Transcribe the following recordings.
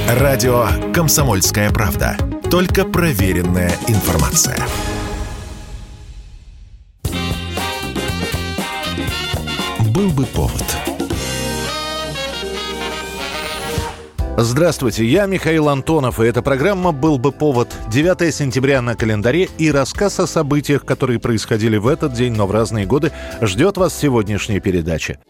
Радио «Комсомольская правда». Только проверенная информация. Был бы повод. Здравствуйте, я Михаил Антонов, и эта программа «Был бы повод». 9 сентября на календаре, и рассказ о событиях, которые происходили в этот день, но в разные годы, ждет вас в сегодняшней передаче.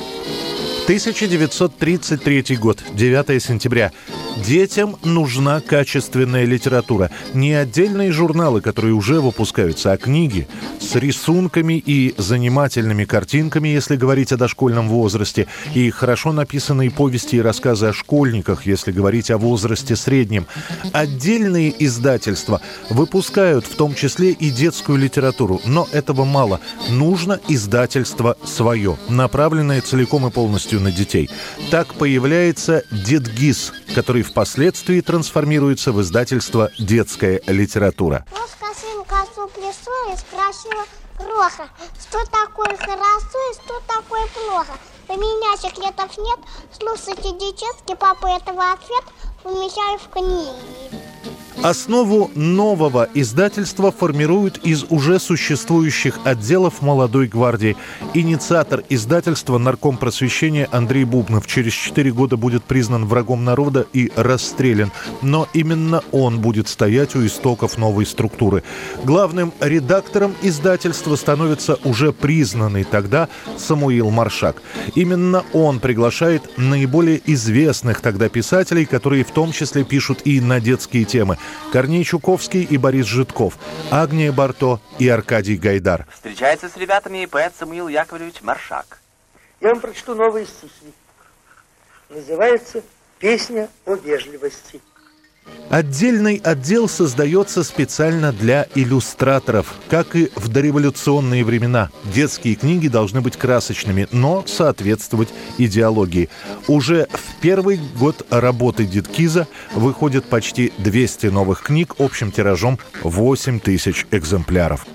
1933 год, 9 сентября. Детям нужна качественная литература. Не отдельные журналы, которые уже выпускаются, а книги с рисунками и занимательными картинками, если говорить о дошкольном возрасте, и хорошо написанные повести и рассказы о школьниках, если говорить о возрасте среднем. Отдельные издательства выпускают в том числе и детскую литературу, но этого мало. Нужно издательство свое, направленное целиком и полностью на детей. Так появляется «Детгиз», который впоследствии трансформируется в издательство «Детская литература». Косым косу плесу и спросила кроха, что такое хорошо и что такое плохо. Поменяющих летов нет, слушайте детский, папа этого ответ умещаю в книги. Основу нового издательства формируют из уже существующих отделов молодой гвардии. Инициатор издательства, нарком просвещения Андрей Бубнов, через 4 года будет признан врагом народа и расстрелян. Но именно он будет стоять у истоков новой структуры. Главным редактором издательства становится уже признанный тогда Самуил Маршак. Именно он приглашает наиболее известных тогда писателей, которые в том числе пишут и на детские темы. Корней Чуковский и Борис Житков, Агния Барто и Аркадий Гайдар. Встречается с ребятами и поэт Самуил Яковлевич Маршак. Я вам прочту новые стихи. Называется «Песня о вежливости». Отдельный отдел создается специально для иллюстраторов. Как и в дореволюционные времена, детские книги должны быть красочными, но соответствовать идеологии. Уже в первый год работы Детгиза выходит почти 200 новых книг общим тиражом 8 тысяч экземпляров.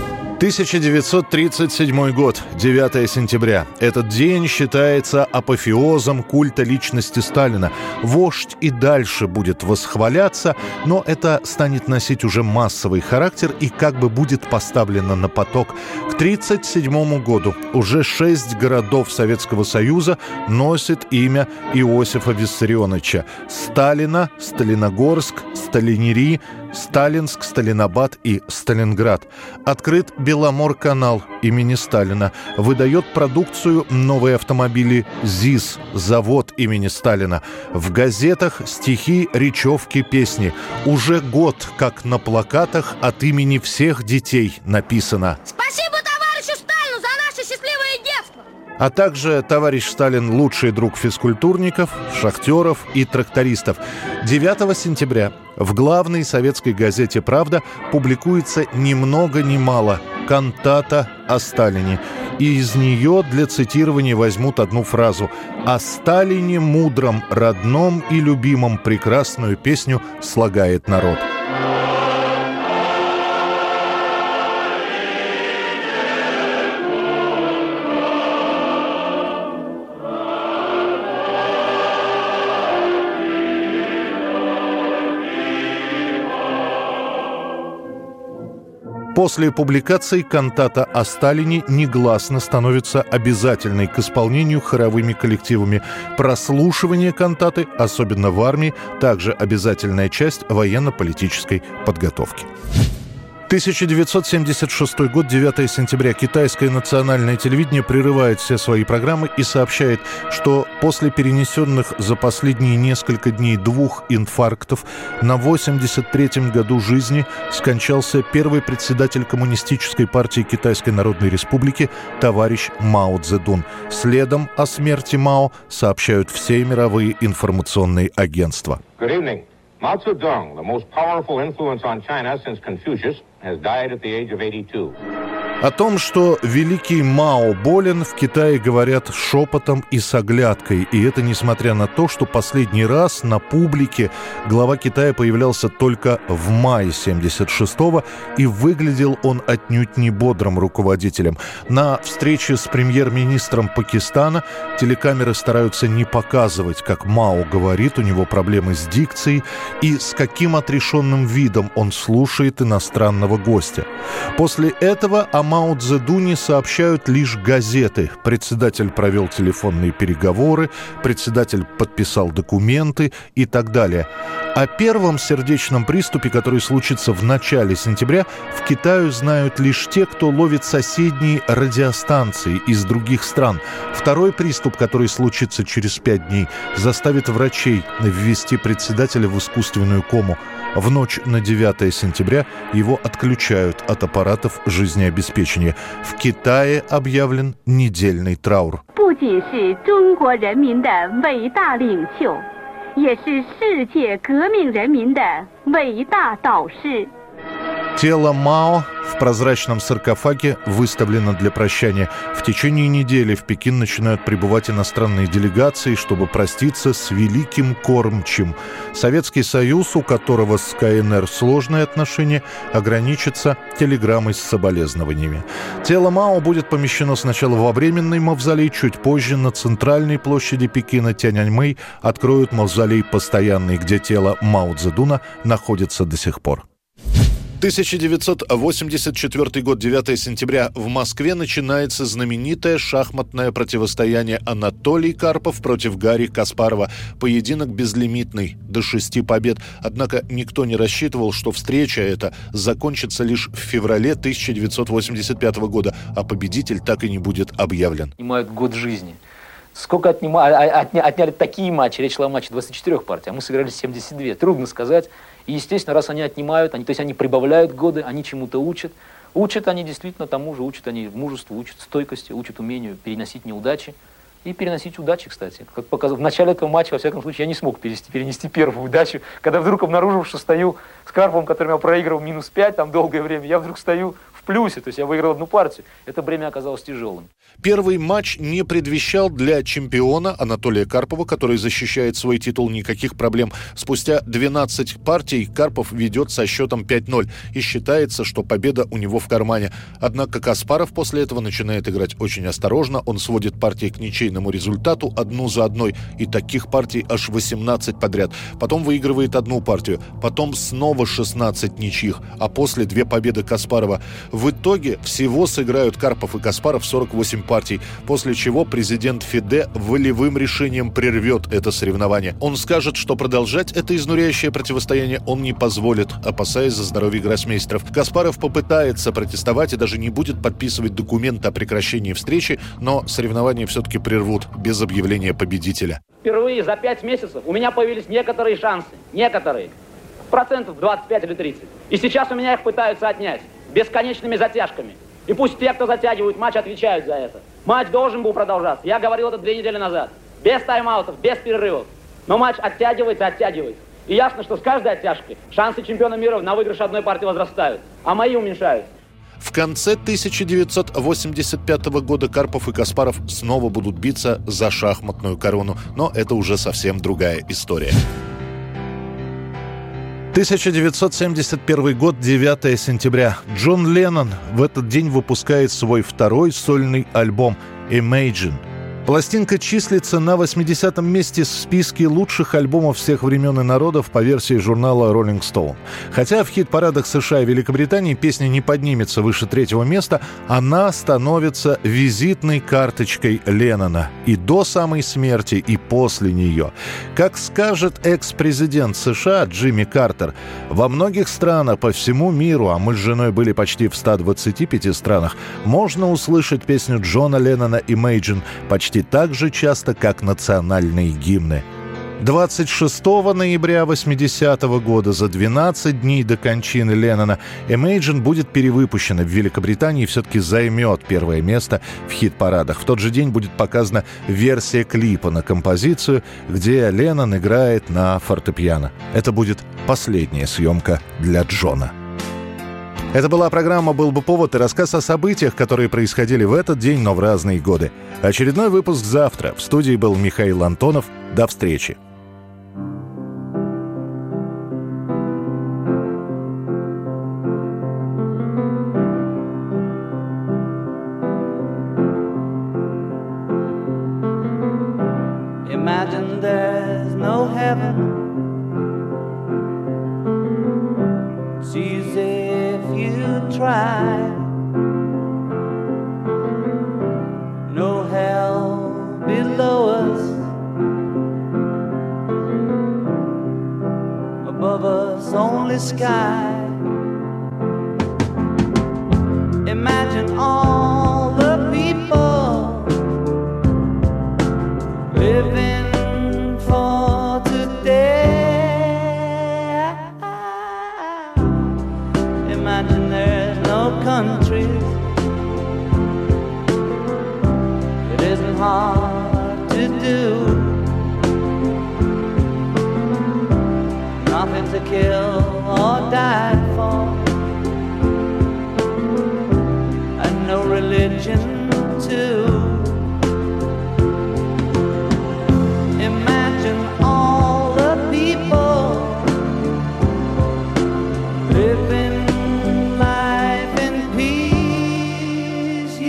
1937 год, 9 сентября. Этот день считается апофеозом культа личности Сталина. Вождь и дальше будет восхваляться, но это станет носить уже массовый характер и как бы будет поставлено на поток. К 1937 году уже 6 городов Советского Союза носят имя Иосифа Виссарионовича. Сталина, Сталиногорск, Сталинери, Сталинск, Сталинабад и Сталинград. Открыт Беломор-канал имени Сталина. Выдает продукцию новые автомобили ЗИС, завод имени Сталина. В газетах стихи, речевки, песни. Уже год, как на плакатах от имени всех детей написано. Спасибо товарищу Сталину за наше счастливое детство! А также товарищ Сталин – лучший друг физкультурников, шахтеров и трактористов. 9 сентября в главной советской газете «Правда» публикуется ни много ни мало кантата о Сталине. И из нее для цитирования возьмут одну фразу: «О Сталине мудром, родном и любимом прекрасную песню слагает народ». После публикации кантата о Сталине негласно становится обязательной к исполнению хоровыми коллективами. Прослушивание кантаты, особенно в армии, также обязательная часть военно-политической подготовки. 1976 год, 9 сентября. Китайское национальное телевидение прерывает все свои программы и сообщает, что после перенесенных за последние несколько дней 2 инфарктов на 83-м году жизни скончался первый председатель Коммунистической партии Китайской Народной Республики товарищ Мао Цзэдун. Следом о смерти Мао сообщают все мировые информационные агентства. Good evening. Mao Zedong, the most powerful influence on China since Confucius, has died at the age of 82. О том, что великий Мао болен, в Китае говорят шепотом и с оглядкой. И это несмотря на то, что последний раз на публике глава Китая появлялся только в мае 1976-го, и выглядел он отнюдь не бодрым руководителем. На встрече с премьер-министром Пакистана телекамеры стараются не показывать, как Мао говорит, у него проблемы с дикцией, и с каким отрешенным видом он слушает иностранного гостя. После этого о Мао Цзэдуне сообщают лишь газеты. Председатель провел телефонные переговоры, председатель подписал документы и так далее. О первом сердечном приступе, который случится в начале сентября, в Китае знают лишь те, кто ловит соседние радиостанции из других стран. Второй приступ, который случится через 5 дней, заставит врачей ввести председателя в искусственную кому. В ночь на 9 сентября его отключают от аппаратов жизнеобеспечения. В Китае объявлен недельный траур. Тело Мао в прозрачном саркофаге выставлено для прощания. В течение недели в Пекин начинают прибывать иностранные делегации, чтобы проститься с великим кормчим. Советский Союз, у которого с КНР сложные отношения, ограничится телеграммой с соболезнованиями. Тело Мао будет помещено сначала во временный мавзолей, чуть позже на центральной площади Пекина Тяньаньмэнь откроют мавзолей постоянный, где тело Мао Цзэдуна находится до сих пор. 1984 год, 9 сентября. В Москве начинается знаменитое шахматное противостояние Анатолий Карпов против Гарри Каспарова. Поединок безлимитный, до 6 побед. Однако никто не рассчитывал, что встреча эта закончится лишь в феврале 1985 года, а победитель так и не будет объявлен. Отнимают год жизни. Сколько отняли такие матчи? Речь шла о матче 24 партий, а мы сыграли 72. Трудно сказать. И, естественно, раз они отнимают, то есть они прибавляют годы, они чему-то учат. Учат они действительно тому же, учат они мужеству, учат стойкости, учат умению переносить неудачи. И переносить удачи, кстати. Как показалось, в начале этого матча, во всяком случае, я не смог перенести первую удачу. Когда вдруг обнаружил, что стою с Карповым, которым я проигрывал -5 там долгое время, я вдруг стою в плюсе, то есть я выиграл одну партию. Это бремя оказалось тяжелым. Первый матч не предвещал для чемпиона Анатолия Карпова, который защищает свой титул, никаких проблем. Спустя 12 партий Карпов ведет со счетом 5-0, и считается, что победа у него в кармане. Однако Каспаров после этого начинает играть очень осторожно, он сводит партии к ничейному результату одну за одной, и таких партий аж 18 подряд. Потом выигрывает одну партию, потом снова 16 ничьих, а после 2 победы Каспарова. В итоге всего сыграют Карпов и Каспаров 48 партий, после чего президент ФИДЕ волевым решением прервет это соревнование. Он скажет, что продолжать это изнуряющее противостояние он не позволит, опасаясь за здоровье гроссмейстеров. Каспаров попытается протестовать и даже не будет подписывать документ о прекращении встречи, но соревнования все-таки прервут без объявления победителя. Впервые за 5 месяцев у меня появились некоторые шансы. Некоторые. Процентов 25 или 30. И сейчас у меня их пытаются отнять. Бесконечными затяжками. И пусть те, кто затягивают матч, отвечают за это. Матч должен был продолжаться. Я говорил это 2 недели назад. Без тайм-аутов, без перерывов. Но матч оттягивается. И ясно, что с каждой оттяжкой шансы чемпиона мира на выигрыш одной партии возрастают, а мои уменьшаются. В конце 1985 года Карпов и Каспаров снова будут биться за шахматную корону. Но это уже совсем другая история. 1971 год, 9 сентября. Джон Леннон в этот день выпускает свой второй сольный альбом «Imagine». Пластинка числится на 80-м месте в списке лучших альбомов всех времен и народов по версии журнала Rolling Stone. Хотя в хит-парадах США и Великобритании песня не поднимется выше 3-го места, она становится визитной карточкой Леннона и до самой смерти, и после нее. Как скажет экс-президент США Джимми Картер, во многих странах по всему миру, а мы с женой были почти в 125 странах, можно услышать песню Джона Леннона «Imagine» почти так же часто, как национальные гимны. 26 ноября 80-го года, за 12 дней до кончины Леннона, «Imagine» будет перевыпущена в Великобритании и все-таки займет первое место в хит-парадах. В тот же день будет показана версия клипа на композицию, где Леннон играет на фортепиано. Это будет последняя съемка для Джона. Это была программа «Был бы повод» и рассказ о событиях, которые происходили в этот день, но в разные годы. Очередной выпуск завтра. В студии был Михаил Антонов. До встречи. Imagine there's no heaven. It's easy if you try. No hell below us. Above us only sky. Imagine all the people living for today. Imagine there's no countries. It isn't hard to do. Nothing to kill or die for, and no religion too. Imagine all the people living life in peace.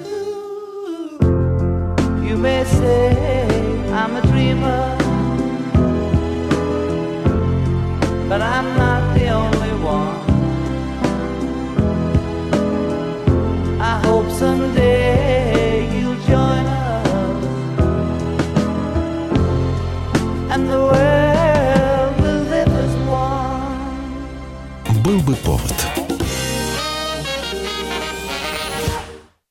You may say I'm a dreamer, but I'm not the only one. I hope someday you'll join us, and the world will live as one. Был бы повод.